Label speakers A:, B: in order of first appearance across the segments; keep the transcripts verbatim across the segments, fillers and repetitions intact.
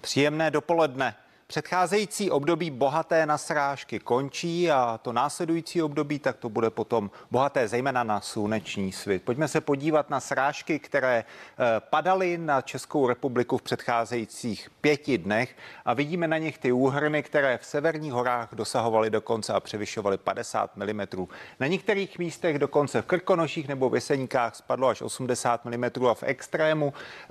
A: Příjemné dopoledne. Předcházející období bohaté na srážky končí a to následující období, tak to bude potom bohaté zejména na sluneční svit. Pojďme se podívat na srážky, které padaly na Českou republiku v předcházejících pěti dnech a vidíme na nich ty úhrny, které v severních horách dosahovaly dokonce a převyšovaly padesát milimetrů. Na některých místech dokonce v Krkonoších nebo v Jeseníkách spadlo až osmdesát milimetrů a v extrému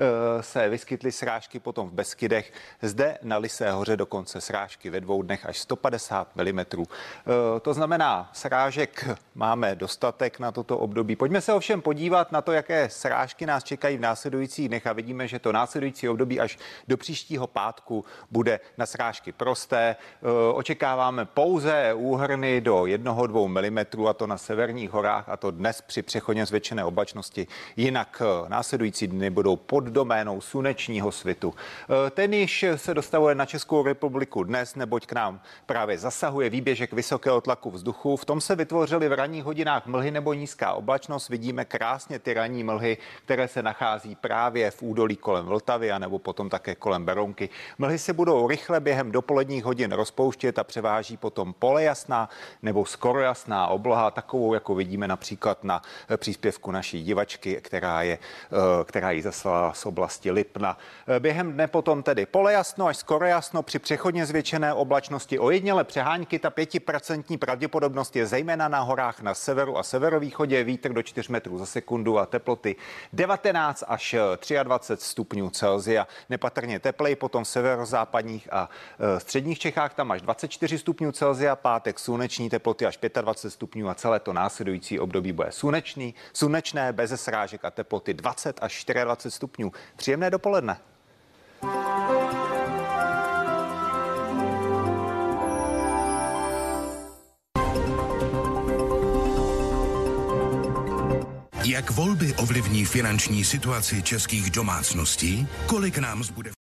A: se vyskytly srážky potom v Beskydech. Zde na Lysé hoře dokonce srážky ve dvou dnech až sto padesát milimetrů. To znamená, srážek máme dostatek na toto období. Pojďme se ovšem podívat na to, jaké srážky nás čekají v následujících dnech a vidíme, že to následující období až do příštího pátku bude na srážky prosté. Očekáváme pouze úhrny do jednoho až dvou milimetrů a to na severních horách a to dnes při přechodně zvětšené oblačnosti. Jinak následující dny budou pod doménou slunečního svitu. Ten již se dostavuje na Českou republiku dnes, neboť k nám právě zasahuje výběžek vysokého tlaku vzduchu. V tom se vytvořily v ranních hodinách mlhy nebo nízká oblačnost. Vidíme krásně ty ranní mlhy, které se nachází právě v údolí kolem Vltavy a nebo potom také kolem Berounky. Mlhy se budou rychle během dopoledních hodin rozpouštět a převáží potom polojasná nebo skoro jasná obloha, takovou, jako vidíme například na příspěvku naší divačky, která je, která ji zaslala z oblasti Lipna. Během dne potom tedy polojasno až skoro jasno při přechodně zvětšené oblačnosti. Ojedinělé přehánky, ta pětiprocentní pravděpodobnost je zejména na horách na severu a severovýchodě, vítr do čtyř metrů za sekundu a teploty devatenáct až dvacet tři stupňů Celsia. Nepatrně teplej, potom v severozápadních a středních Čechách tam až dvacet čtyři stupňů Celsia, pátek sluneční teploty až dvacet pět stupňů a celé to následující období bude slunečný, slunečné, bez srážek a teploty dvacet až dvacet čtyři stupňů. Příjemné dopoledne.
B: Jak volby ovlivní finanční situaci českých domácností? Kolik nám zbude